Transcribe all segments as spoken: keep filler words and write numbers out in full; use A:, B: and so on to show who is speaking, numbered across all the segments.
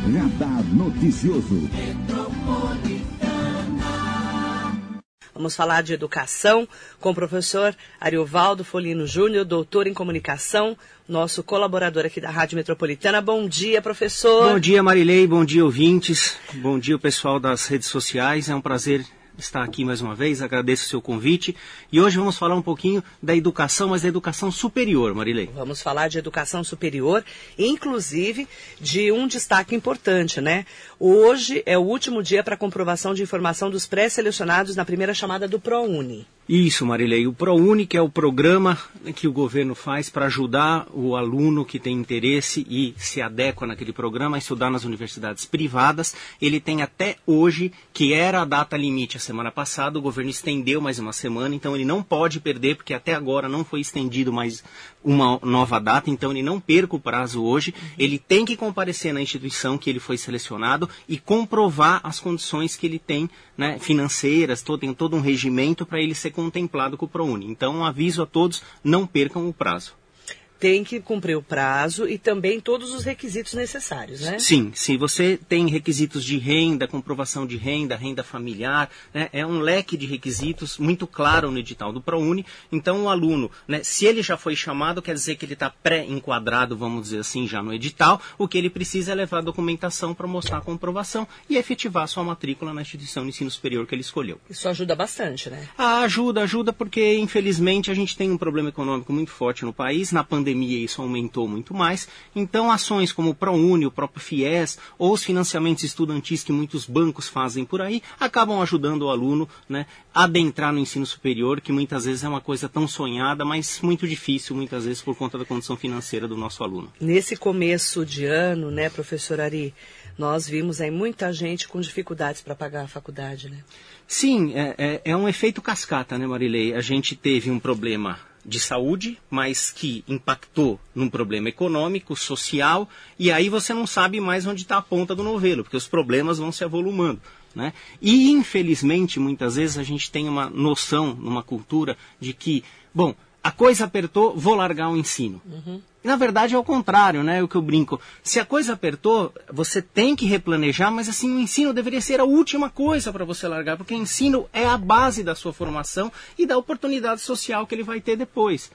A: Radar Noticioso.
B: Vamos falar de educação com o professor Ariovaldo Folino Júnior, doutor em comunicação, nosso colaborador aqui da Rádio Metropolitana. Bom dia, professor.
C: Bom dia, Marilei. Bom dia, ouvintes. Bom dia, o pessoal das redes sociais. É um prazer estar aqui mais uma vez. Agradeço o seu convite. E hoje vamos falar um pouquinho da educação, mas da educação superior, Marilei.
B: Vamos falar de educação superior, inclusive de um destaque importante, né? Hoje é o último dia para comprovação de informação dos pré-selecionados na primeira chamada do ProUni.
C: Isso, Marilei. O ProUni, que é o programa que o governo faz para ajudar o aluno que tem interesse e se adequa naquele programa a estudar nas universidades privadas. Ele tem até hoje, que era a data limite a semana passada, o governo estendeu mais uma semana, então ele não pode perder, porque até agora não foi estendido mais uma nova data, então ele não perca o prazo hoje. Uhum. Ele tem que comparecer na instituição que ele foi selecionado e comprovar as condições que ele tem, né, financeiras, todo, tem todo um regimento para ele ser contemplado com o ProUni. Então, um aviso a todos, não percam o prazo.
B: Tem que cumprir o prazo e também todos os requisitos necessários, né?
C: Sim, se você tem requisitos de renda, comprovação de renda, renda familiar, né, é um leque de requisitos muito claro no edital do ProUni. Então, o aluno, né, se ele já foi chamado, quer dizer que ele está pré-enquadrado, vamos dizer assim, já no edital. O que ele precisa é levar a documentação para mostrar a comprovação e efetivar a sua matrícula na instituição de ensino superior que ele escolheu.
B: Isso ajuda bastante, né?
C: Ah, ajuda, ajuda, porque, infelizmente, a gente tem um problema econômico muito forte no país. Na pandemia, isso aumentou muito mais. Então, ações como o ProUni, o próprio FIES, ou os financiamentos estudantis que muitos bancos fazem por aí, acabam ajudando o aluno, né, a adentrar no ensino superior, que muitas vezes é uma coisa tão sonhada, mas muito difícil, muitas vezes, por conta da condição financeira do nosso aluno.
B: Nesse começo de ano, né, professor Ari, nós vimos aí muita gente com dificuldades para pagar a faculdade, né?
C: Sim, é, é, é um efeito cascata, né, Marilei? A gente teve um problema de saúde, mas que impactou num problema econômico, social, e aí você não sabe mais onde está a ponta do novelo, porque os problemas vão se avolumando, né? E, infelizmente, muitas vezes a gente tem uma noção, numa cultura, de que, bom, a coisa apertou, vou largar o ensino. Uhum. Na verdade é o contrário, né? O que eu brinco. Se a coisa apertou, você tem que replanejar, mas assim, o ensino deveria ser a última coisa para você largar, porque o ensino é a base da sua formação e da oportunidade social que ele vai ter depois.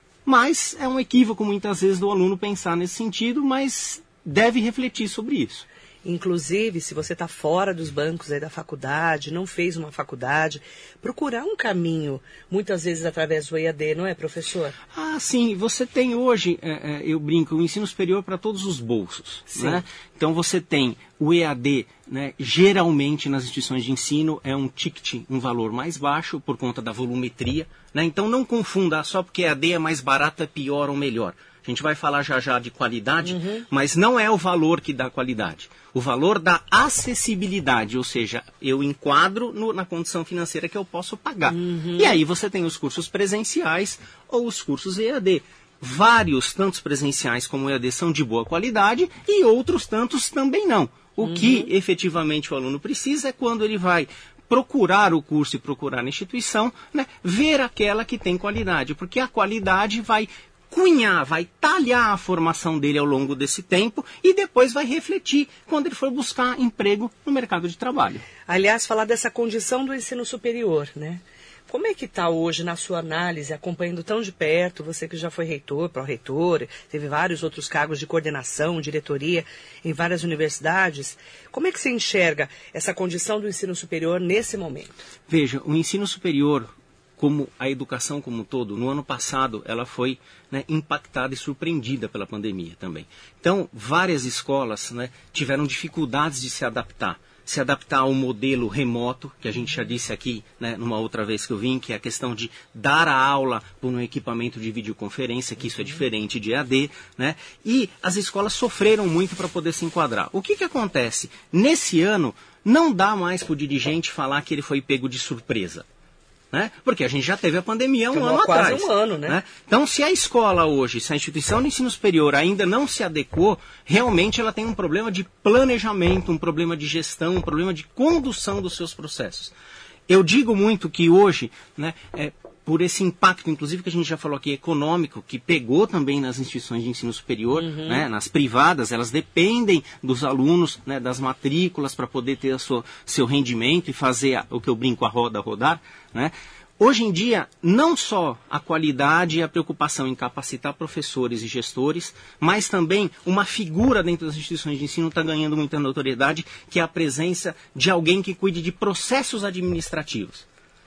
C: Mas é um equívoco muitas vezes do aluno pensar nesse sentido, mas deve refletir sobre isso.
B: Inclusive, se você está fora dos bancos aí da faculdade, não fez uma faculdade, procurar um caminho, muitas vezes através do E A D, não é, professor?
C: Ah, sim. Você tem hoje, é, é, eu brinco, o ensino superior para todos os bolsos. Né? Então você tem o E A D, né, geralmente nas instituições de ensino é um ticket, um valor mais baixo por conta da volumetria. Né? Então não confunda, só porque E A D é mais barato é pior ou melhor. A gente vai falar já já de qualidade, uhum. Mas não é o valor que dá qualidade. O valor da acessibilidade, ou seja, eu enquadro no, na condição financeira que eu posso pagar. Uhum. E aí você tem os cursos presenciais ou os cursos E A D. Vários, tantos presenciais como E A D, são de boa qualidade e outros tantos também não. O uhum. que efetivamente o aluno precisa é quando ele vai procurar o curso e procurar na instituição, né, ver aquela que tem qualidade, porque a qualidade vai cunhar, vai talhar a formação dele ao longo desse tempo e depois vai refletir quando ele for buscar emprego no mercado de trabalho.
B: Aliás, falar dessa condição do ensino superior, né? Como é que está hoje na sua análise, acompanhando tão de perto, você que já foi reitor, pró-reitor, teve vários outros cargos de coordenação, diretoria em várias universidades, como é que você enxerga essa condição do ensino superior nesse momento?
C: Veja, o ensino superior, como a educação como um todo, no ano passado ela foi, né, impactada e surpreendida pela pandemia também. Então, várias escolas, né, tiveram dificuldades de se adaptar. Se adaptar ao modelo remoto, que a gente já disse aqui, né, numa outra vez que eu vim, que é a questão de dar a aula por um equipamento de videoconferência, que isso é diferente de E A D, né? E as escolas sofreram muito para poder se enquadrar. O que que acontece? Nesse ano, não dá mais para o dirigente falar que ele foi pego de surpresa. Né? Porque a gente já teve a pandemia um
B: Tomou
C: ano
B: quase
C: atrás.
B: um ano, né?
C: né? Então, se a escola hoje, se a instituição de ensino superior ainda não se adequou, realmente ela tem um problema de planejamento, um problema de gestão, um problema de condução dos seus processos. Eu digo muito que hoje, né, é, por esse impacto, inclusive que a gente já falou aqui, econômico, que pegou também nas instituições de ensino superior, uhum. né, nas privadas, elas dependem dos alunos, né, das matrículas para poder ter a sua, seu rendimento e fazer a, o que eu brinco, a roda rodar, né? Hoje em dia, não só a qualidade e a preocupação em capacitar professores e gestores, mas também uma figura dentro das instituições de ensino está ganhando muita notoriedade, que é a presença de alguém que cuide de processos administrativos.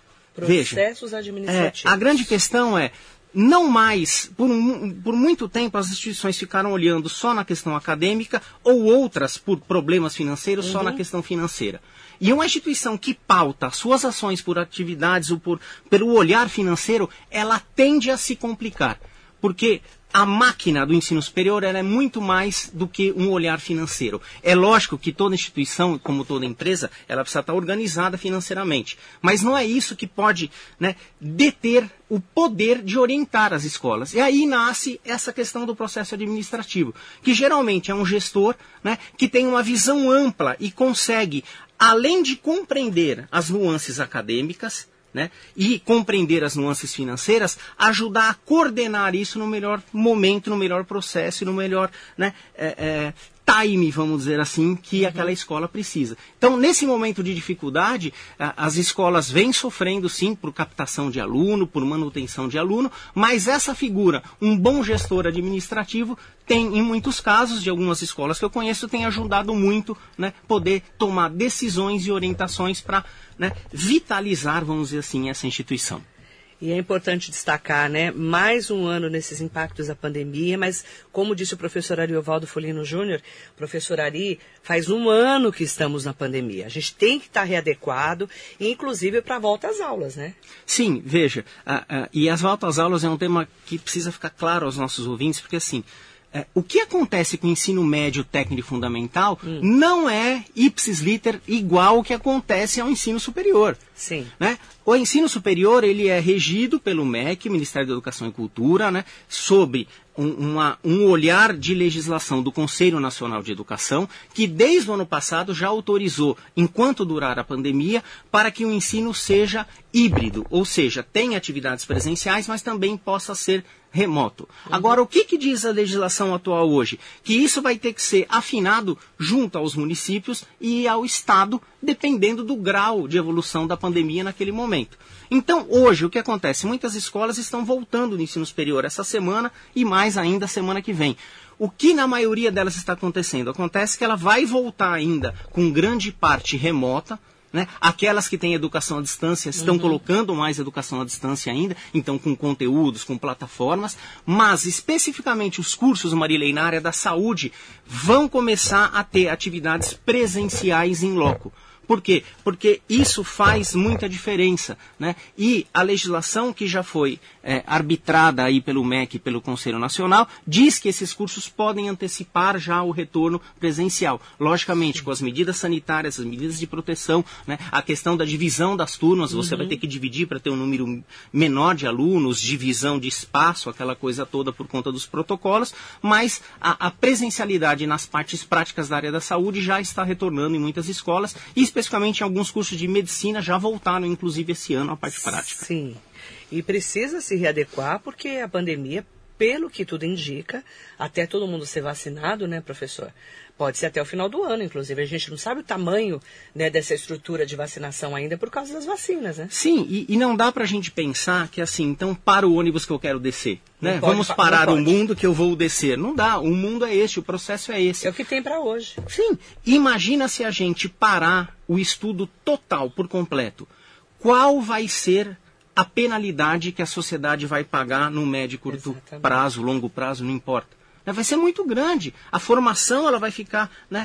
B: Processos
C: Veja,
B: administrativos.
C: É, a grande questão é, não mais, por, um, por muito tempo as instituições ficaram olhando só na questão acadêmica ou outras por problemas financeiros uhum. só na questão financeira. E uma instituição que pauta suas ações por atividades ou por, pelo olhar financeiro, ela tende a se complicar. Porque a máquina do ensino superior ela é muito mais do que um olhar financeiro. É lógico que toda instituição, como toda empresa, ela precisa estar organizada financeiramente. Mas não é isso que pode, né, deter o poder de orientar as escolas. E aí nasce essa questão do processo administrativo, que geralmente é um gestor, né, que tem uma visão ampla e consegue, além de compreender as nuances acadêmicas, né, e compreender as nuances financeiras, ajudar a coordenar isso no melhor momento, no melhor processo e no melhor, né, é, é, time, vamos dizer assim, que aquela escola precisa. Então, nesse momento de dificuldade, as escolas vêm sofrendo, sim, por captação de aluno, por manutenção de aluno, mas essa figura, um bom gestor administrativo, tem, em muitos casos, de algumas escolas que eu conheço, tem ajudado muito, né, poder tomar decisões e orientações para, né, vitalizar, vamos dizer assim, essa instituição.
B: E é importante destacar, né, mais um ano nesses impactos da pandemia, mas como disse o professor Ariovaldo Folino Júnior, professor Ari, faz um ano que estamos na pandemia. A gente tem que estar readequado, inclusive para a volta às aulas, né?
C: Sim, veja, a, a, e as voltas às aulas é um tema que precisa ficar claro aos nossos ouvintes, porque assim, É, o que acontece com o ensino médio, técnico e fundamental hum. não é ipsis liter igual ao que acontece ao ensino superior.
B: Sim.
C: Né? O ensino superior ele é regido pelo M E C, Ministério da Educação e Cultura, né, sobre um, uma, um olhar de legislação do Conselho Nacional de Educação, que desde o ano passado já autorizou, enquanto durar a pandemia, para que o ensino seja híbrido, ou seja, tenha atividades presenciais, mas também possa ser remoto. Agora, o que, que diz a legislação atual hoje? Que isso vai ter que ser afinado junto aos municípios e ao Estado, dependendo do grau de evolução da pandemia naquele momento. Então, hoje, o que acontece? Muitas escolas estão voltando no ensino superior essa semana e mais ainda semana que vem. O que na maioria delas está acontecendo? Acontece que ela vai voltar ainda com grande parte remota, né? Aquelas que têm educação à distância estão uhum. colocando mais educação à distância ainda, então com conteúdos, com plataformas, mas especificamente os cursos, Marilei, na área da saúde, vão começar a ter atividades presenciais em loco. Por quê? Porque isso faz muita diferença, né? E a legislação que já foi é, arbitrada aí pelo M E C e pelo Conselho Nacional diz que esses cursos podem antecipar já o retorno presencial. Logicamente, com as medidas sanitárias, as medidas de proteção, né? A questão da divisão das turmas, você uhum. vai ter que dividir para ter um número menor de alunos, divisão de espaço, aquela coisa toda por conta dos protocolos, mas a, a presencialidade nas partes práticas da área da saúde já está retornando em muitas escolas, e especificamente em alguns cursos de medicina já voltaram, inclusive esse ano, a parte prática.
B: Sim, e precisa se readequar porque a pandemia, pelo que tudo indica, até todo mundo ser vacinado, né, professor? Pode ser até o final do ano, inclusive. A gente não sabe o tamanho, né, dessa estrutura de vacinação ainda por causa das vacinas, né?
C: Sim, e, e não dá pra gente pensar que assim, então para o ônibus que eu quero descer, né? Vamos parar o mundo que eu vou descer. Não dá, o mundo é este, o processo é esse.
B: É o que tem para hoje.
C: Sim, imagina se a gente parar o estudo total, por completo. Qual vai ser a penalidade que a sociedade vai pagar no médio e curto Exatamente. prazo, longo prazo, não importa. Vai ser muito grande. A formação ela vai ficar, né,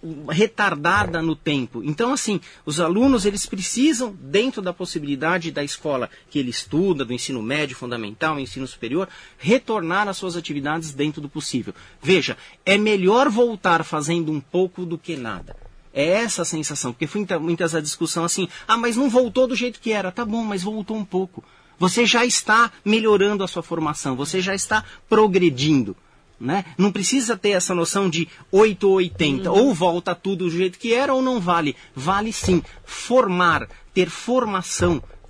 C: retardada no tempo. Então, assim, os alunos eles precisam, dentro da possibilidade da escola que ele estuda, do ensino médio, fundamental, ensino superior, retornar às suas atividades dentro do possível. Veja, é melhor voltar fazendo um pouco do que nada. É essa a sensação, porque foi muitas a discussão assim, ah, mas não voltou do jeito que era. Tá bom, mas voltou um pouco. Você já está melhorando a sua formação, você já está progredindo. Né? Não precisa ter essa noção de oito ou oitenta, uhum. ou volta tudo do jeito que era ou não vale. Vale sim formar, ter formação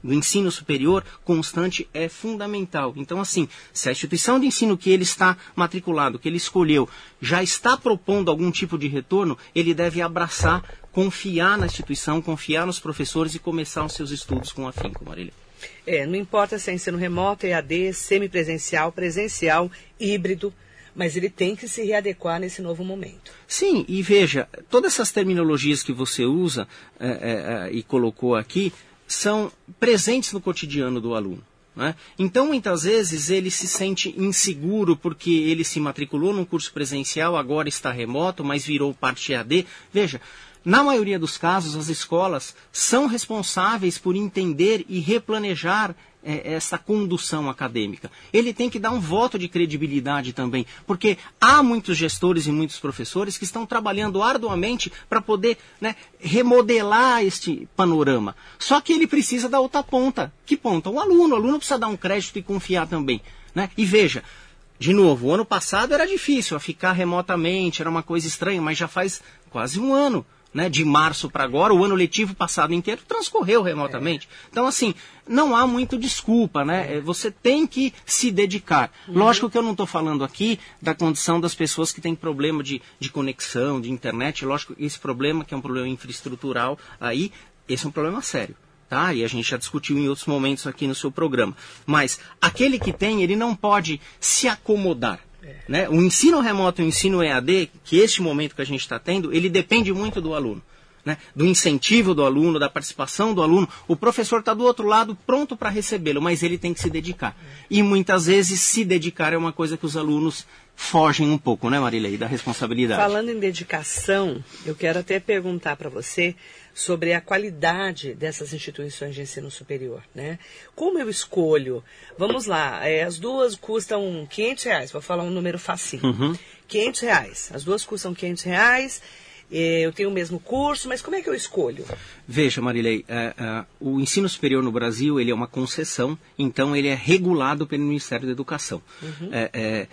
C: do ensino superior constante é fundamental. Então, assim, se a instituição de ensino que ele está matriculado, que ele escolheu, já está propondo algum tipo de retorno, ele deve abraçar, confiar na instituição, confiar nos professores e começar os seus estudos com afinco, Marília.
B: É, não importa se é ensino remoto, E A D, semipresencial, presencial, híbrido, mas ele tem que se readequar nesse novo momento.
C: Sim, e veja, todas essas terminologias que você usa é, é, e colocou aqui são presentes no cotidiano do aluno. Né? Então, muitas vezes, ele se sente inseguro porque ele se matriculou num curso presencial, agora está remoto, mas virou parte E A D. Veja, na maioria dos casos, as escolas são responsáveis por entender e replanejar é, essa condução acadêmica. Ele tem que dar um voto de credibilidade também, porque há muitos gestores e muitos professores que estão trabalhando arduamente para poder, né, remodelar este panorama. Só que ele precisa da outra ponta. Que ponta? O aluno. O aluno precisa dar um crédito e confiar também. Né? E veja, de novo, o ano passado era difícil, a ficar remotamente, era uma coisa estranha, mas já faz quase um ano. Né, de março para agora, o ano letivo passado inteiro transcorreu remotamente. É. Então, assim, não há muito desculpa, né? É. Você tem que se dedicar. Uhum. Lógico que eu não estou falando aqui da condição das pessoas que têm problema de, de conexão, de internet. Lógico que esse problema, que é um problema infraestrutural, aí, esse é um problema sério. Tá? E a gente já discutiu em outros momentos aqui no seu programa. Mas aquele que tem, ele não pode se acomodar. Né? O ensino remoto e o ensino E A D, que este momento que a gente está tendo, ele depende muito do aluno. Né? Do incentivo do aluno, da participação do aluno. O professor está do outro lado pronto para recebê-lo, mas ele tem que se dedicar. E muitas vezes se dedicar é uma coisa que os alunos fogem um pouco, né, Marília, da responsabilidade.
B: Falando em dedicação, eu quero até perguntar para você sobre a qualidade dessas instituições de ensino superior, né? Como eu escolho? Vamos lá, é, as duas custam quinhentos reais, vou falar um número facinho. Uhum. quinhentos reais, as duas custam quinhentos reais, eu tenho o mesmo curso, mas como é que eu escolho?
C: Veja, Marilei, é, é, o ensino superior no Brasil, ele é uma concessão, então ele é regulado pelo Ministério da Educação. Uhum. É, é,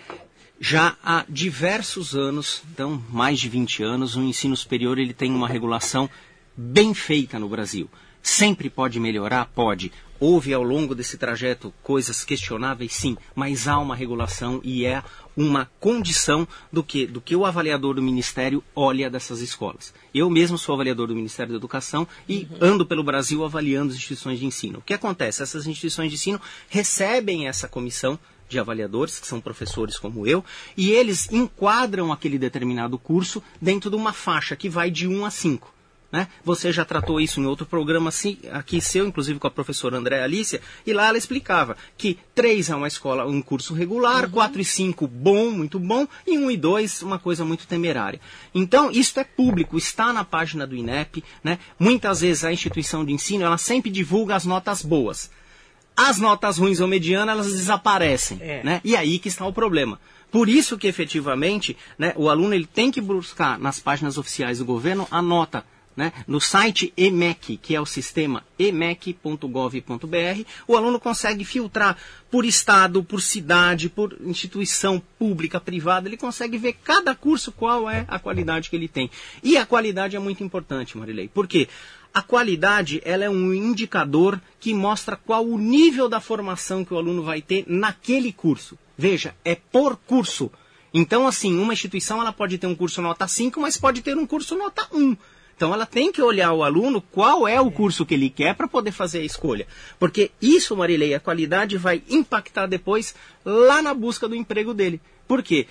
C: já há diversos anos, então mais de vinte anos, o ensino superior ele tem uma regulação bem feita no Brasil. Sempre pode melhorar? Pode. Houve ao longo desse trajeto coisas questionáveis? Sim, mas há uma regulação e é uma condição do que, do que o avaliador do Ministério olha dessas escolas. Eu mesmo sou avaliador do Ministério da Educação e uhum. ando pelo Brasil avaliando as instituições de ensino. O que acontece? Essas instituições de ensino recebem essa comissão de avaliadores, que são professores como eu, e eles enquadram aquele determinado curso dentro de uma faixa que vai de um a cinco. Né? Você já tratou isso em outro programa assim, aqui seu, inclusive com a professora Andréa Alícia, e lá ela explicava que três é uma escola, um curso regular, quatro uhum. e cinco bom, muito bom, e um e dois uma coisa muito temerária. Então, isso é público, está na página do INEP, né? Muitas vezes a instituição de ensino, ela sempre divulga as notas boas. As notas ruins ou medianas, elas desaparecem, é. né? E aí que está o problema. Por isso que, efetivamente, né, o aluno ele tem que buscar nas páginas oficiais do governo a nota. Né? No site E M E C, que é o sistema e m e c ponto gov ponto b r, o aluno consegue filtrar por estado, por cidade, por instituição pública, privada, ele consegue ver cada curso qual é a qualidade que ele tem. E a qualidade é muito importante, Marilei, porque a qualidade ela é um indicador que mostra qual o nível da formação que o aluno vai ter naquele curso. Veja, é por curso. Então, assim, uma instituição ela pode ter um curso nota cinco, mas pode ter um curso nota um. Então, ela tem que olhar o aluno qual é o curso que ele quer para poder fazer a escolha. Porque isso, Marilei, a qualidade vai impactar depois lá na busca do emprego dele. Por quê?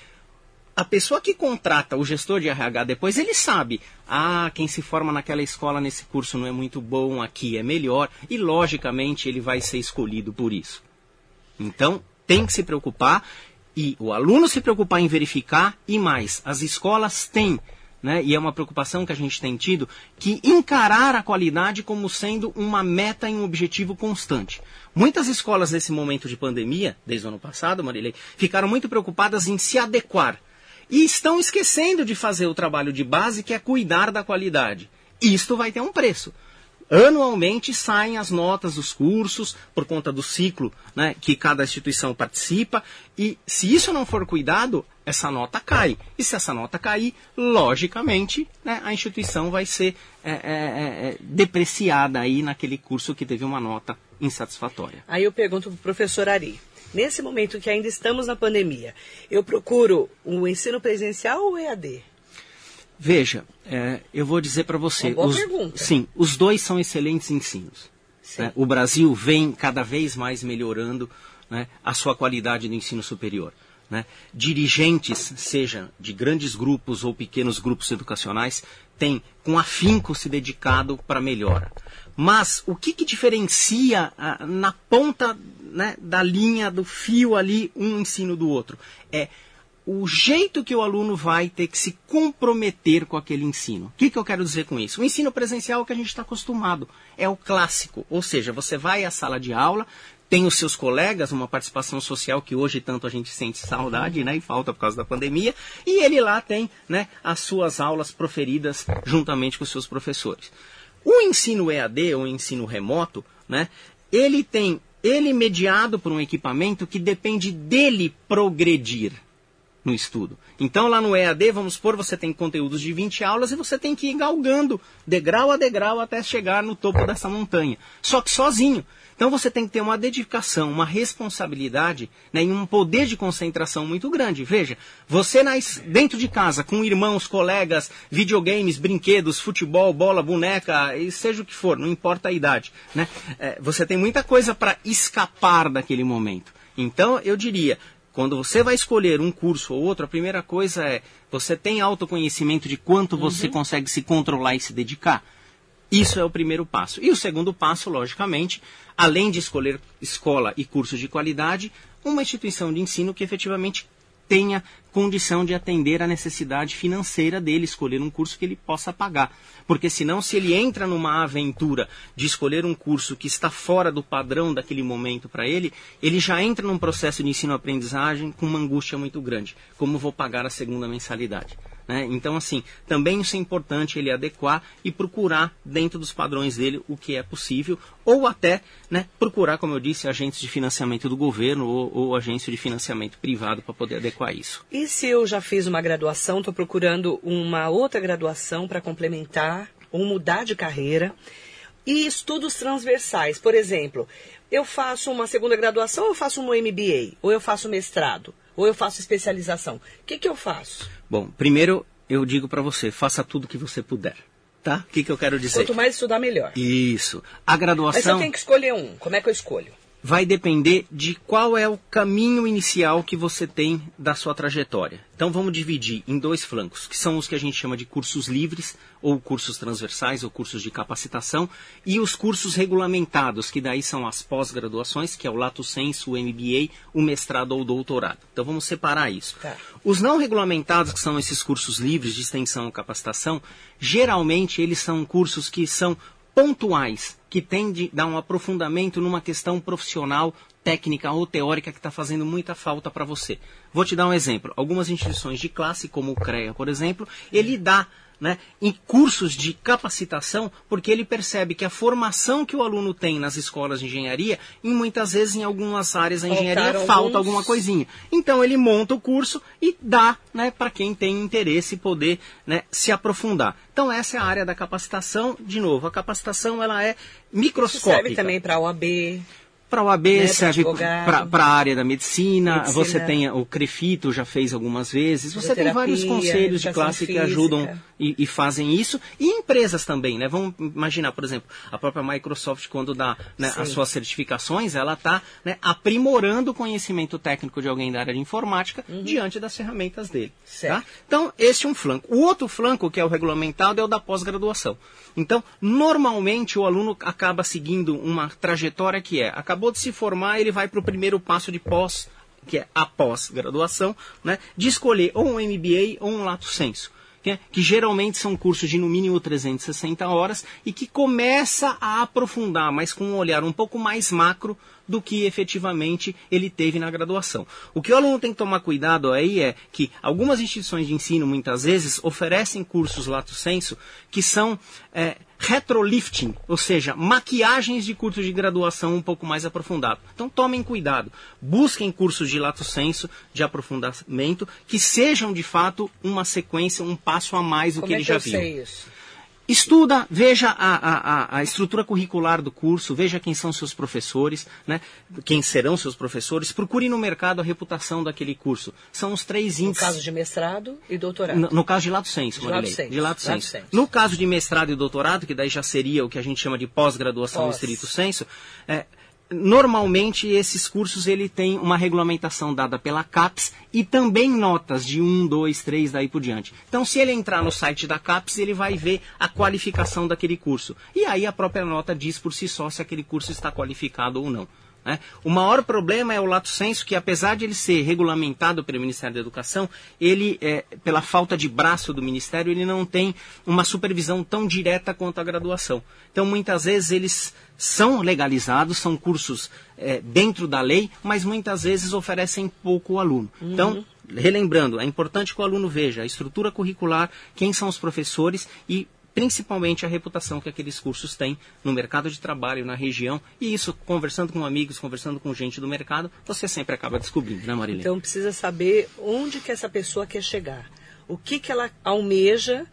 C: A pessoa que contrata o gestor de R H depois, ele sabe, ah, quem se forma naquela escola nesse curso não é muito bom, aqui é melhor, e logicamente ele vai ser escolhido por isso. Então, tem que se preocupar, e o aluno se preocupar em verificar, e mais, as escolas têm, né, e é uma preocupação que a gente tem tido, que encarar a qualidade como sendo uma meta e um objetivo constante. Muitas escolas nesse momento de pandemia, desde o ano passado, Marilei, ficaram muito preocupadas em se adequar. E estão esquecendo de fazer o trabalho de base, que é cuidar da qualidade. Isto vai ter um preço. Anualmente saem as notas dos cursos, por conta do ciclo, né, que cada instituição participa, e se isso não for cuidado, essa nota cai. E se essa nota cair, logicamente, né, a instituição vai ser é, é, é, depreciada aí naquele curso que teve uma nota insatisfatória.
B: Aí eu pergunto para o professor Ari, nesse momento que ainda estamos na pandemia, eu procuro o ensino presencial ou E A D?
C: Veja, é, eu vou dizer para você...
B: Uma boa
C: os,
B: pergunta.
C: Sim, os dois são excelentes ensinos. Né? O Brasil vem cada vez mais melhorando, né, a sua qualidade do ensino superior. Né? Dirigentes, seja de grandes grupos ou pequenos grupos educacionais, têm com afinco se dedicado para a melhora. Mas o que, que diferencia ah, na ponta, né, da linha, do fio ali, um ensino do outro? É o jeito que o aluno vai ter que se comprometer com aquele ensino. O que, que eu quero dizer com isso? O ensino presencial é o que a gente está acostumado, é o clássico. Ou seja, você vai à sala de aula, tem os seus colegas, uma participação social que hoje tanto a gente sente saudade, né, e falta por causa da pandemia, e ele lá tem, né, as suas aulas proferidas juntamente com os seus professores. O ensino E A D, ou ensino remoto, né, ele tem, ele é mediado por um equipamento que depende dele progredir no estudo. Então lá no E A D, vamos supor, você tem conteúdos de vinte aulas e você tem que ir galgando degrau a degrau até chegar no topo dessa montanha. Só que sozinho. Então você tem que ter uma dedicação, uma responsabilidade, né, e um poder de concentração muito grande. Veja, você nas, dentro de casa, com irmãos, colegas, videogames, brinquedos, futebol, bola, boneca, e seja o que for, não importa a idade. Né, é, você tem muita coisa para escapar daquele momento. Então eu diria... Quando você vai escolher um curso ou outro, a primeira coisa é, você tem autoconhecimento de quanto você uhum. consegue se controlar e se dedicar? Isso é o primeiro passo. E o segundo passo, logicamente, além de escolher escola e cursos de qualidade, uma instituição de ensino que efetivamente tenha condição de atender a necessidade financeira dele, escolher um curso que ele possa pagar. Porque senão, se ele entra numa aventura de escolher um curso que está fora do padrão daquele momento para ele, ele já entra num processo de ensino-aprendizagem com uma angústia muito grande. Como vou pagar a segunda mensalidade? Né? Então, assim, também isso é importante ele adequar e procurar dentro dos padrões dele o que é possível, ou até, né, procurar, como eu disse, agentes de financiamento do governo ou, ou agência de financiamento privado para poder adequar isso.
B: E se eu já fiz uma graduação, estou procurando uma outra graduação para complementar ou mudar de carreira, e estudos transversais, por exemplo, eu faço uma segunda graduação, ou eu faço um M B A, ou eu faço mestrado, ou eu faço especialização. O que, que eu faço?
C: Bom, primeiro eu digo para você, faça tudo o que você puder, tá? O que, que eu quero dizer?
B: Quanto mais estudar, melhor.
C: Isso. A graduação...
B: Mas eu tenho que escolher um. Como é que eu escolho?
C: Vai depender de qual é o caminho inicial que você tem da sua trajetória. Então vamos dividir em dois flancos, que são os que a gente chama de cursos livres, ou cursos transversais, ou cursos de capacitação, e os cursos regulamentados, que daí são as pós-graduações, que é o lato sensu, o M B A, o mestrado ou o doutorado. Então vamos separar isso.
B: Tá.
C: Os não regulamentados, que são esses cursos livres de extensão ou capacitação, geralmente eles são cursos que são pontuais, que tem de dar um aprofundamento numa questão profissional, técnica ou teórica que está fazendo muita falta para você. Vou te dar um exemplo. Algumas instituições de classe, como o CREA, por exemplo, ele dá, né, em cursos de capacitação, porque ele percebe que a formação que o aluno tem nas escolas de engenharia, e muitas vezes em algumas áreas da engenharia
B: Faltaram
C: falta
B: alguns...
C: alguma coisinha. Então ele monta o curso e dá, né, para quem tem interesse poder, né, se aprofundar. Então essa é a área da capacitação. De novo, a capacitação ela é microscópica.
B: Serve também para a O A B.
C: Para a O A B,
B: né,
C: serve para a área da medicina,
B: medicina,
C: você tem o CREFITO, já fez algumas vezes, você tem vários conselhos de classe
B: física.
C: que ajudam e, e fazem isso, e empresas também, né? Vamos imaginar, por exemplo, a própria Microsoft, quando dá, né, as suas certificações, ela está, né, aprimorando o conhecimento técnico de alguém da área de informática uhum. diante das ferramentas dele. Tá? Então, esse é um flanco. O outro flanco, que é o regulamentado, é o da pós-graduação. Então, normalmente o aluno acaba seguindo uma trajetória que é, acabou de se formar, ele vai para o primeiro passo de pós, que é a pós-graduação, né, de escolher ou um M B A ou um lato sensu, que, é, que geralmente são cursos de no mínimo trezentas e sessenta horas e que começa a aprofundar, mas com um olhar um pouco mais macro do que efetivamente ele teve na graduação. O que o aluno tem que tomar cuidado aí é que algumas instituições de ensino, muitas vezes, oferecem cursos lato sensu que são é, retrolifting, ou seja, maquiagens de curso de graduação um pouco mais aprofundado. Então tomem cuidado, busquem cursos de lato sensu, de aprofundamento, que sejam de fato uma sequência, um passo a mais do
B: Como
C: que
B: é
C: ele
B: que
C: já
B: eu
C: viu.
B: sei isso?
C: Estuda, veja a, a, a estrutura curricular do curso, veja quem são seus professores, né? Quem serão seus professores, procure no mercado a reputação daquele curso. São os três índices.
B: No caso de mestrado e doutorado.
C: No, no caso de lato sensu,
B: de
C: Marilei.
B: lato sensu.
C: De lato sensu. No caso de mestrado e doutorado, que daí já seria o que a gente chama de pós-graduação
B: Pós.
C: estrito sensu, é, normalmente esses cursos ele tem uma regulamentação dada pela CAPES e também notas de um, dois, três, daí por diante. Então, se ele entrar no site da CAPES, ele vai ver a qualificação daquele curso. E aí a própria nota diz por si só se aquele curso está qualificado ou não. Né? O maior problema é o lato sensu, que apesar de ele ser regulamentado pelo Ministério da Educação, ele, é, pela falta de braço do Ministério, ele não tem uma supervisão tão direta quanto a graduação. Então, muitas vezes, eles são legalizados, são cursos é, dentro da lei, mas muitas vezes oferecem pouco ao aluno. Uhum. Então, relembrando, é importante que o aluno veja a estrutura curricular, quem são os professores e principalmente a reputação que aqueles cursos têm no mercado de trabalho, na região. E isso, conversando com amigos, conversando com gente do mercado, você sempre acaba descobrindo, né, Marilene?
B: Então precisa saber onde que essa pessoa quer chegar. O que, que ela almeja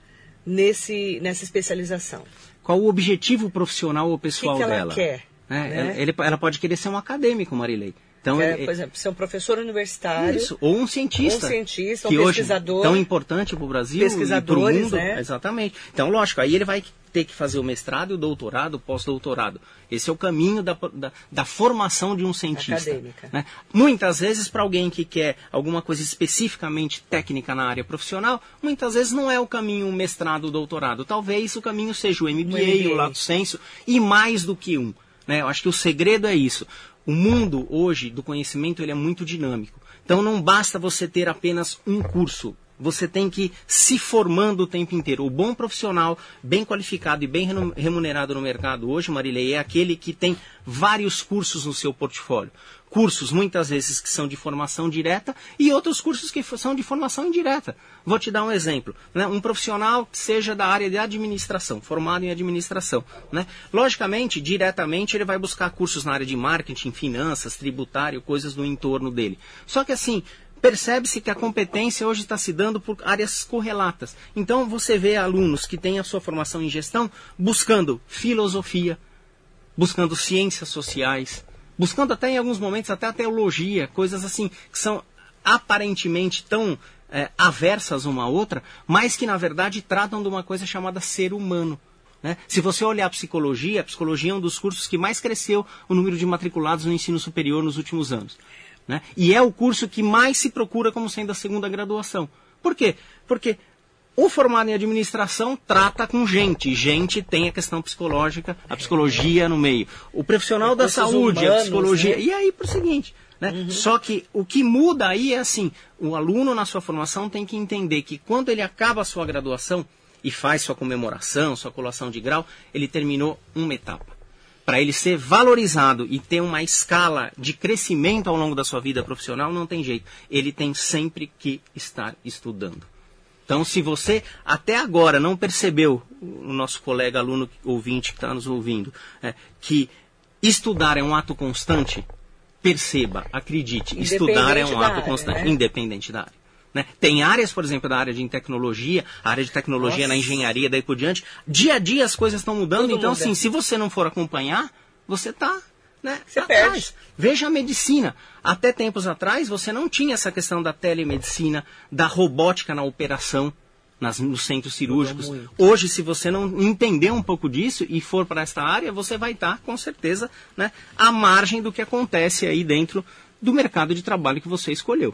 B: nesse, nessa especialização.
C: Qual o objetivo profissional ou pessoal
B: dela? O que, que
C: dela?
B: ela quer?
C: É,
B: né?
C: ele, ela pode querer ser um acadêmico, Marilei. Então,
B: é,
C: é,
B: por exemplo, ser um professor universitário.
C: Isso, ou um cientista.
B: Ou um cientista, um
C: que
B: pesquisador.
C: Hoje, tão importante para o Brasil e para o mundo.
B: Né?
C: Exatamente. Então, lógico, aí ele vai ter que fazer o mestrado, o doutorado, o pós-doutorado. Esse é o caminho da, da, da formação de um cientista.
B: Acadêmica.
C: Né? Muitas vezes, para alguém que quer alguma coisa especificamente técnica na área profissional, muitas vezes não é o caminho o mestrado, o doutorado. Talvez o caminho seja o M B A, o, M B A. o lato sensu, e mais do que um. Né? Eu acho que o segredo é isso. O mundo hoje do conhecimento ele é muito dinâmico. Então não basta você ter apenas um curso. Você tem que ir se formando o tempo inteiro. O bom profissional, bem qualificado e bem remunerado no mercado hoje, Marilei, é aquele que tem vários cursos no seu portfólio. Cursos, muitas vezes, que são de formação direta e outros cursos que são de formação indireta. Vou te dar um exemplo. Né? Um profissional que seja da área de administração, formado em administração. Né? Logicamente, diretamente, ele vai buscar cursos na área de marketing, finanças, tributário, coisas do entorno dele. Só que assim, percebe-se que a competência hoje está se dando por áreas correlatas. Então, você vê alunos que têm a sua formação em gestão buscando filosofia, buscando ciências sociais, buscando até em alguns momentos até a teologia, coisas assim que são aparentemente tão é, aversas uma à outra, mas que na verdade tratam de uma coisa chamada ser humano. Né? Se você olhar a psicologia, a psicologia é um dos cursos que mais cresceu o número de matriculados no ensino superior nos últimos anos. Né? E é o curso que mais se procura como sendo a segunda graduação. Por quê? Porque o formado em administração trata com gente. Gente tem a questão psicológica, a psicologia no meio. O profissional da saúde, humanos, a psicologia. Né? E aí para o seguinte. Né? Uhum. Só que o que muda aí é assim, o aluno na sua formação tem que entender que quando ele acaba a sua graduação e faz sua comemoração, sua colação de grau, ele terminou uma etapa. Para ele ser valorizado e ter uma escala de crescimento ao longo da sua vida profissional, não tem jeito. Ele tem sempre que estar estudando. Então, se você até agora não percebeu, o nosso colega aluno ouvinte que está nos ouvindo, é, que estudar é um ato constante, perceba, acredite, estudar é um ato
B: área,
C: constante,
B: né?
C: Independente da área. Né? Tem áreas, por exemplo, da área de tecnologia, a área de tecnologia Nossa. Na engenharia, daí por diante. Dia a dia as coisas estão mudando, Tudo então, muda. Assim, se você não for acompanhar, você está... Né,
B: você perde.
C: Veja a medicina. Até tempos atrás, você não tinha essa questão da telemedicina, da robótica na operação, nas, nos centros cirúrgicos. Hoje, se você não entender um pouco disso e for para esta área, você vai estar, com certeza, né, à margem do que acontece aí dentro do mercado de trabalho que você escolheu.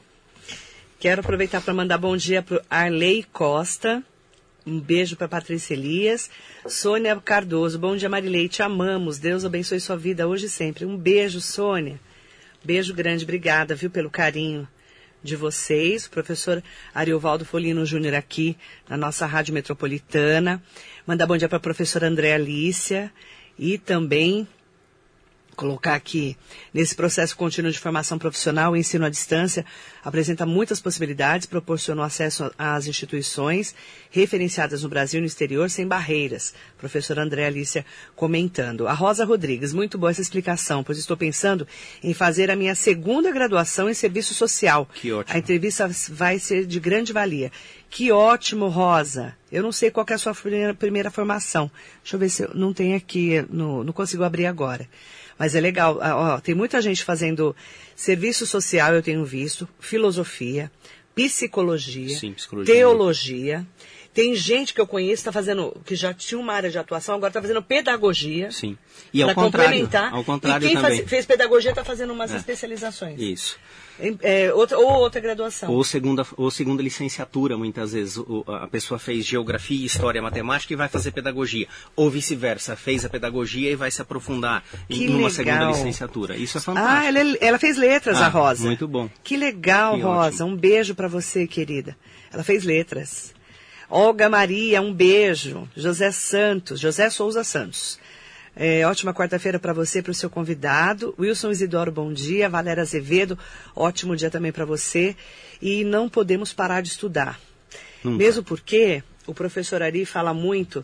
B: Quero aproveitar para mandar bom dia para o Arley Costa. Um beijo para Patrícia Elias. Sônia Cardoso. Bom dia, Marilei. Te amamos. Deus abençoe sua vida hoje e sempre. Um beijo, Sônia. Beijo grande. Obrigada, viu, pelo carinho de vocês. O professor Ariovaldo Folino Júnior aqui na nossa Rádio Metropolitana. Mandar bom dia para a professora Andréa Alícia. E também colocar aqui, nesse processo contínuo de formação profissional, o ensino à distância apresenta muitas possibilidades, proporciona acesso às instituições referenciadas no Brasil e no exterior sem barreiras. Professora André Alicia comentando. A Rosa Rodrigues, muito boa essa explicação, pois estou pensando em fazer a minha segunda graduação em serviço social.
C: Que ótimo.
B: A entrevista vai ser de grande valia. Que ótimo, Rosa. Eu não sei qual que é a sua primeira, primeira formação. Deixa eu ver se eu não tenho aqui, no, não consigo abrir agora. Mas é legal, ó, tem muita gente fazendo serviço social, eu tenho visto, filosofia, psicologia,
C: Sim, psicologia.
B: teologia. Tem gente que eu conheço tá fazendo, que já tinha uma área de atuação, agora está fazendo pedagogia.
C: Sim. E ao contrário, ao contrário
B: e quem
C: também.
B: Faz, fez pedagogia está fazendo umas
C: é.
B: especializações.
C: Isso.
B: É, outra, ou outra graduação.
C: Ou segunda, ou segunda licenciatura, muitas vezes. O, a pessoa fez geografia, história, matemática e vai fazer pedagogia. Ou vice-versa, fez a pedagogia e vai se aprofundar
B: que
C: em uma
B: legal.
C: segunda licenciatura. Isso é fantástico.
B: Ah, ela, ela fez letras,
C: ah,
B: a Rosa.
C: Muito bom.
B: Que legal,
C: que
B: Rosa.
C: Ótimo.
B: Um beijo para você, querida. Ela fez letras. Olga Maria, um beijo. José Santos, José Souza Santos. É, ótima quarta-feira para você e para o seu convidado. Wilson Isidoro, bom dia. Valéria Azevedo, ótimo dia também para você. E não podemos parar de estudar. Nunca. Mesmo porque o professor Ari fala muito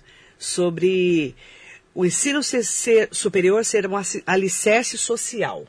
B: sobre o ensino ser, ser, superior ser um alicerce social.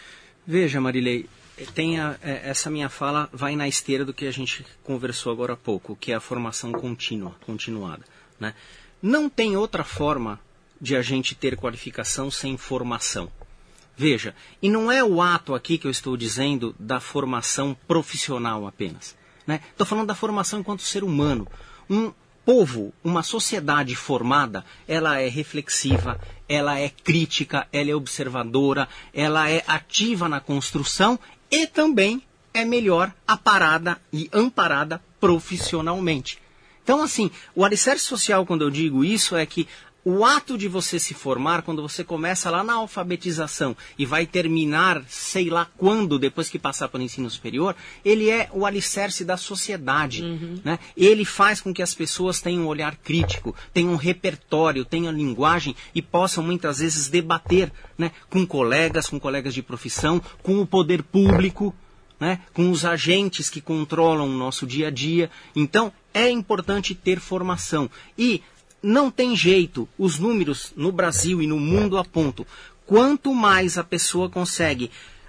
C: Veja, Marilei, tem a, essa minha fala vai na esteira do que a gente conversou agora há pouco, que é a formação contínua, continuada. Né? Não tem outra forma de a gente ter qualificação sem formação. Veja, e não é o ato aqui que eu estou dizendo da formação profissional apenas. Né? Estou falando da formação enquanto ser humano. Um povo, uma sociedade formada, ela é reflexiva, ela é crítica, ela é observadora, ela é ativa na construção e também é melhor aparada e amparada profissionalmente. Então, assim, o alicerce social, quando eu digo isso, é que o ato de você se formar, quando você começa lá na alfabetização e vai terminar, sei lá quando, depois que passar pelo ensino superior, ele é o alicerce da sociedade. Uhum. Né? Ele faz com que as pessoas tenham um olhar crítico, tenham um repertório, tenham linguagem e possam muitas vezes debater, né, com colegas, com colegas de profissão, com o poder público, né, com os agentes que controlam o nosso dia a dia. Então, é importante ter formação. E não tem jeito, os números no Brasil e no mundo apontam. Quanto mais a pessoa consegue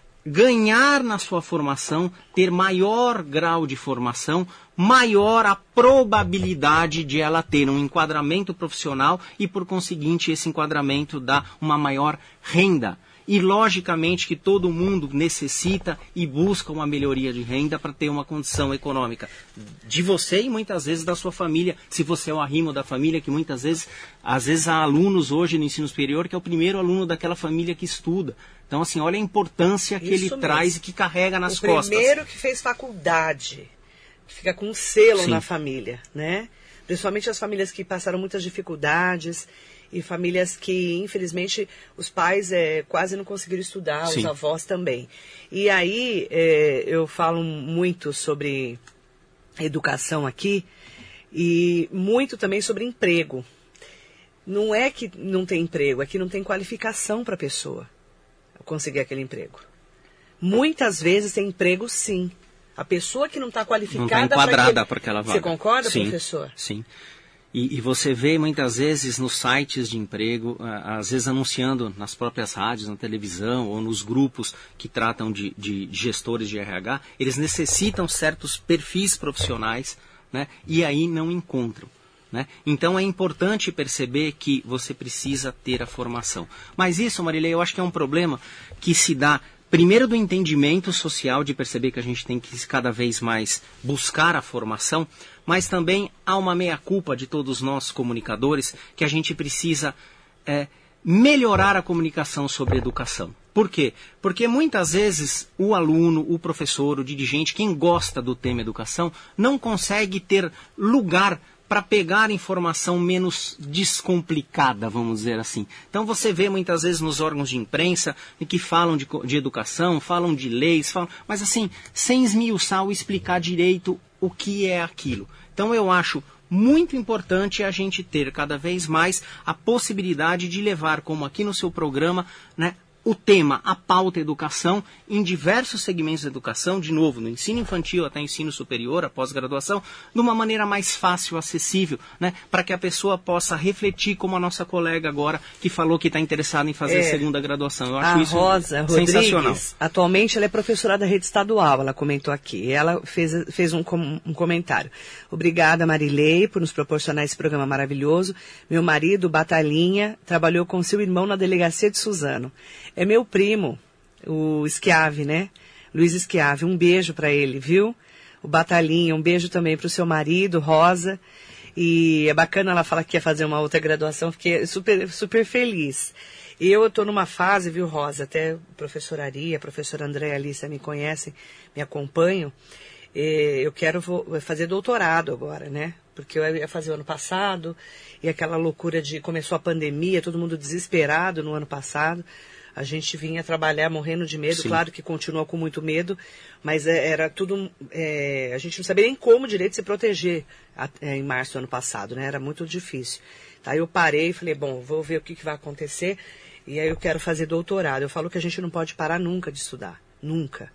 C: ganhar na sua formação, ter maior grau de formação, maior a probabilidade de ela ter um enquadramento profissional e, por conseguinte, esse enquadramento dá uma maior renda. E, logicamente, que todo mundo necessita e busca uma melhoria de renda para ter uma condição econômica de você e, muitas vezes, da sua família, se você é o arrimo da família, que muitas vezes, às vezes, há alunos hoje no ensino superior que é o primeiro aluno daquela família que estuda. Então, assim, olha a importância que Isso ele mesmo. traz e que carrega nas
B: o
C: costas.
B: O primeiro que fez faculdade, fica com um selo Sim. na família, né? Principalmente as famílias que passaram muitas dificuldades e famílias que, infelizmente, os pais é, quase não conseguiram estudar, Sim. os avós também. E aí, é, eu falo muito sobre educação aqui e muito também sobre emprego. Não é que não tem emprego, é que não tem qualificação para a pessoa conseguir aquele emprego. Muitas vezes tem emprego, sim. A pessoa que não está qualificada...
C: Não está enquadrada para aquela vaga.
B: Você concorda,
C: sim,
B: professor?
C: Sim. E, e você vê muitas vezes nos sites de emprego, às vezes anunciando nas próprias rádios, na televisão ou nos grupos que tratam de, de gestores de R H, eles necessitam certos perfis profissionais, né, e aí não encontram. Né? Então é importante perceber que você precisa ter a formação. Mas isso, Marilei, eu acho que é um problema que se dá primeiro do entendimento social, de perceber que a gente tem que cada vez mais buscar a formação, mas também há uma meia-culpa de todos nós comunicadores que a gente precisa é, melhorar a comunicação sobre educação. Por quê? Porque muitas vezes o aluno, o professor, o dirigente, quem gosta do tema educação, não consegue ter lugar para pegar informação menos descomplicada, vamos dizer assim. Então você vê muitas vezes nos órgãos de imprensa que falam de, de educação, falam de leis, falam, mas assim, sem esmiuçar ou explicar direito o que é aquilo. Então eu acho muito importante a gente ter cada vez mais a possibilidade de levar, como aqui no seu programa, né, o tema, a pauta educação, em diversos segmentos da educação, de novo, no ensino infantil até ensino superior, a pós-graduação, de uma maneira mais fácil, acessível, né, para que a pessoa possa refletir, como a nossa colega agora, que falou que está interessada em fazer
B: É,
C: a segunda graduação. Eu acho
B: a
C: isso
B: Rosa
C: sensacional.
B: Rodrigues, atualmente ela é professora da rede estadual, ela comentou aqui. Ela fez, fez um, com, um comentário. Obrigada, Marilei, por nos proporcionar esse programa maravilhoso. Meu marido, Batalhinha, trabalhou com seu irmão na delegacia de Suzano. É meu primo, o Schiave, né? Luiz Schiave. Um beijo para ele, viu? O Batalhinha, um beijo também para o seu marido, Rosa. E é bacana ela falar que ia fazer uma outra graduação, fiquei super, super feliz. E eu estou numa fase, viu, Rosa? Até o professor Ari, a professora Andréa Alícia me conhecem, me acompanham. Eu quero fazer doutorado agora, né? Porque eu ia fazer o ano passado, e aquela loucura de... Começou a pandemia, todo mundo desesperado no ano passado. A gente vinha trabalhar morrendo de medo,
C: Sim.
B: Claro que continua com muito medo, mas era tudo... É, a gente não sabia nem como direito se proteger a, é, em março do ano passado, né? Era muito difícil. Aí eu parei e falei, bom, vou ver o que, que vai acontecer, e aí eu quero fazer doutorado. Eu falo que a gente não pode parar nunca de estudar, nunca.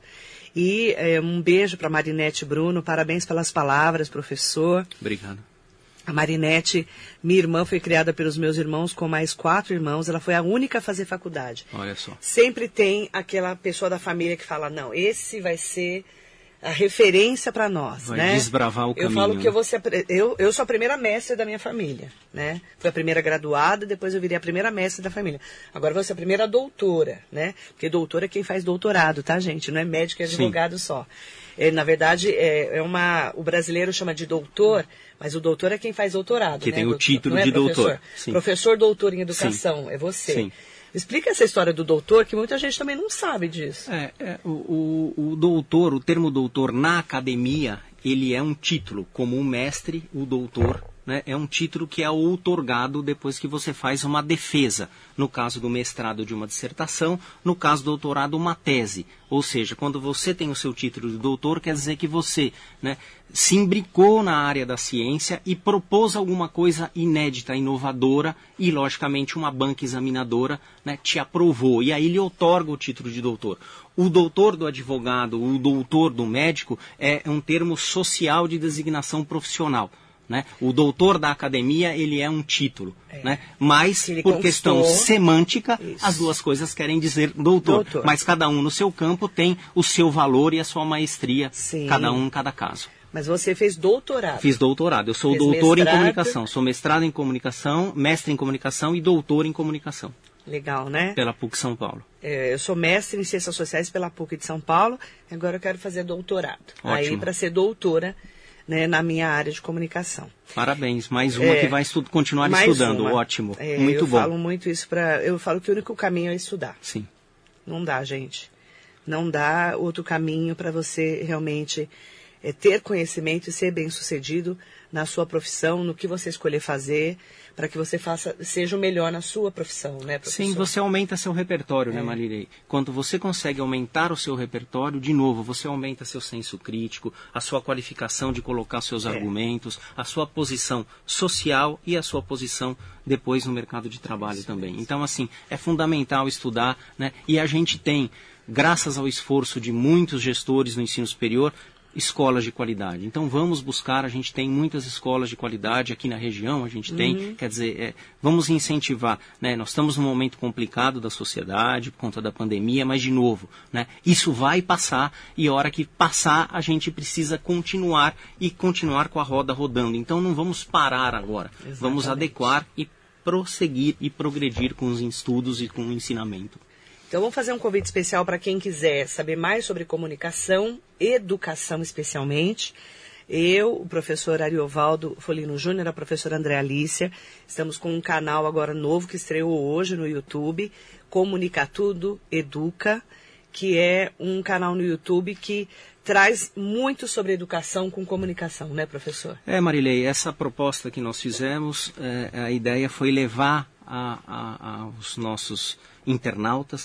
B: E é, um beijo para Marinete Bruno, parabéns pelas palavras, professor.
C: Obrigado.
B: A Marinete, minha irmã, foi criada pelos meus irmãos com mais quatro irmãos. Ela foi a única a fazer faculdade.
C: Olha só.
B: Sempre tem aquela pessoa da família que fala, não, esse vai ser a referência para nós,
C: vai
B: né?
C: desbravar o
B: eu
C: caminho.
B: Eu falo que
C: né?
B: eu vou ser, eu, eu sou a primeira mestre da minha família, né? Fui a primeira graduada, depois eu virei a primeira mestre da família. Agora eu vou ser a primeira doutora, né? Porque doutora é quem faz doutorado, tá, gente? Não é médico, é advogado Sim. só. É, na verdade, é, é uma, o brasileiro chama de doutor, mas o doutor é quem faz doutorado.
C: Que
B: né?
C: tem o
B: doutor,
C: título
B: é
C: de
B: professor?
C: doutor. Sim.
B: Professor doutor em educação,
C: Sim.
B: é você.
C: Sim.
B: Explica essa história do doutor, que muita gente também não sabe disso.
C: É, é, o, o, o doutor, o termo doutor na academia, ele é um título, como o mestre, o doutor, né, é um título que é outorgado depois que você faz uma defesa. No caso do mestrado de uma dissertação, no caso do doutorado, uma tese. Ou seja, quando você tem o seu título de doutor, quer dizer que você, né, se imbricou na área da ciência e propôs alguma coisa inédita, inovadora, e, logicamente, uma banca examinadora, né, te aprovou. E aí lhe outorga o título de doutor. O doutor do advogado, o doutor do médico, é um termo social de designação profissional. Né? O doutor da academia, ele é um título, é. Né? Mas, por questão semântica, Isso. as duas coisas querem dizer doutor. doutor. Mas cada um no seu campo tem o seu valor e a sua maestria, Sim. cada um em cada caso.
B: Mas você fez doutorado.
C: Fiz doutorado. Eu sou
B: fez
C: doutor
B: mestrado.
C: em comunicação. Sou mestrado em comunicação, mestre em comunicação e doutor em comunicação.
B: Legal, né?
C: Pela P U C São Paulo.
B: É, eu sou mestre em Ciências Sociais pela P U C de São Paulo. Agora eu quero fazer doutorado.
C: Ótimo.
B: Aí, para ser doutora... Né, na minha área de comunicação.
C: Parabéns, mais uma
B: é,
C: que vai estu continuar
B: mais
C: estudando,
B: uma.
C: ótimo,
B: é,
C: muito
B: eu
C: bom.
B: Eu falo muito isso para, eu falo que o único caminho é estudar.
C: Sim.
B: Não dá, gente. Não dá outro caminho para você realmente é, ter conhecimento e ser bem-sucedido na sua profissão, no que você escolher fazer, para que você faça, seja o melhor na sua profissão, né, professor?
C: Sim, você aumenta seu repertório, é. né, Marilei? Quando você consegue aumentar o seu repertório, de novo, você aumenta seu senso crítico, a sua qualificação de colocar seus é. argumentos, a sua posição social e a sua posição depois no mercado de trabalho Isso também. Mesmo. Então, assim, é fundamental estudar, né? E a gente tem, graças ao esforço de muitos gestores no ensino superior, escolas de qualidade. Então vamos buscar, a gente tem muitas escolas de qualidade aqui na região, a gente tem, uhum. quer dizer, é, vamos incentivar, né? Nós estamos num momento complicado da sociedade por conta da pandemia, mas de novo, né? Isso vai passar e a hora que passar a gente precisa continuar e continuar com a roda rodando. Então não vamos parar agora, Exatamente. Vamos adequar e prosseguir e progredir com os estudos e com o ensinamento.
B: Então, vamos fazer um convite especial para quem quiser saber mais sobre comunicação, educação especialmente. Eu, o professor Ariovaldo Folino Júnior, a professora Andréa Alícia, estamos com um canal agora novo que estreou hoje no YouTube, Comunica Tudo Educa, que é um canal no YouTube que traz muito sobre educação com comunicação, né, professor?
C: É, Marilei, essa proposta que nós fizemos, é, a ideia foi levar a, a, aos nossos internautas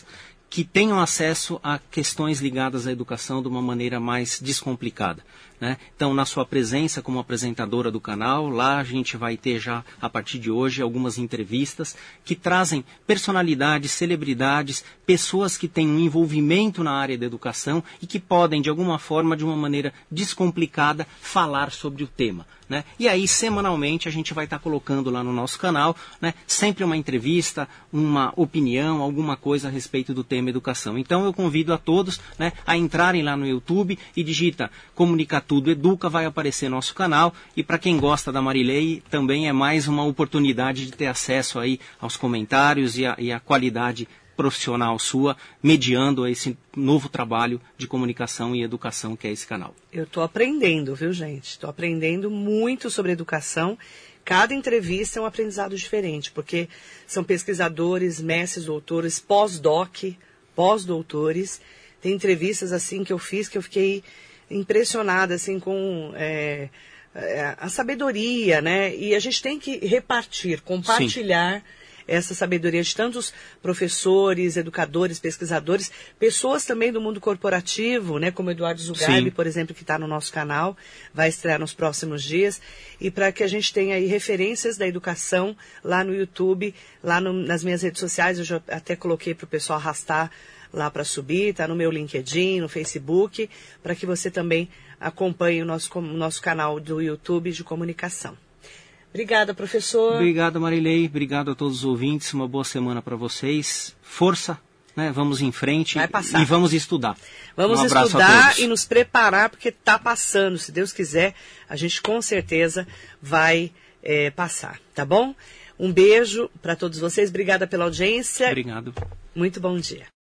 C: que tenham acesso a questões ligadas à educação de uma maneira mais descomplicada, né? Então, na sua presença como apresentadora do canal, lá a gente vai ter já, a partir de hoje, algumas entrevistas que trazem personalidades, celebridades, pessoas que têm um envolvimento na área da educação e que podem, de alguma forma, de uma maneira descomplicada, falar sobre o tema, né? E aí, semanalmente, a gente vai estar colocando lá no nosso canal, né, sempre uma entrevista, uma opinião, alguma coisa a respeito do tema educação. Então, eu convido a todos, né, a entrarem lá no YouTube e digita Comunica Tudo Educa, vai aparecer nosso canal. E para quem gosta da Marilei, também é mais uma oportunidade de ter acesso aí aos comentários e a, e a qualidade profissional sua, mediando a esse novo trabalho de comunicação e educação que é esse canal.
B: Eu estou aprendendo, viu, gente? Estou aprendendo muito sobre educação. Cada entrevista é um aprendizado diferente, porque são pesquisadores, mestres, doutores, pós-doc, pós-doutores. Tem entrevistas assim que eu fiz que eu fiquei impressionada assim, com é, a sabedoria, né? E a gente tem que repartir, compartilhar Sim. essa sabedoria de tantos professores, educadores, pesquisadores, pessoas também do mundo corporativo, né, como Eduardo Zugarbi, por exemplo, que está no nosso canal, vai estrear nos próximos dias, e para que a gente tenha aí referências da educação lá no YouTube, lá no, nas minhas redes sociais, eu já até coloquei para o pessoal arrastar lá para subir, está no meu LinkedIn, no Facebook, para que você também acompanhe o nosso, o nosso canal do YouTube de comunicação. Obrigada, professor.
C: Obrigado, Marilei. Obrigado a todos os ouvintes. Uma boa semana para vocês. Força, né? Vamos em frente.
B: Vai passar.
C: E vamos estudar.
B: Vamos
C: um abraço
B: estudar
C: a todos.
B: E nos preparar, porque está passando. Se Deus quiser, a gente com certeza vai é, passar, tá bom? Um beijo para todos vocês. Obrigada pela audiência.
C: Obrigado.
B: Muito bom dia.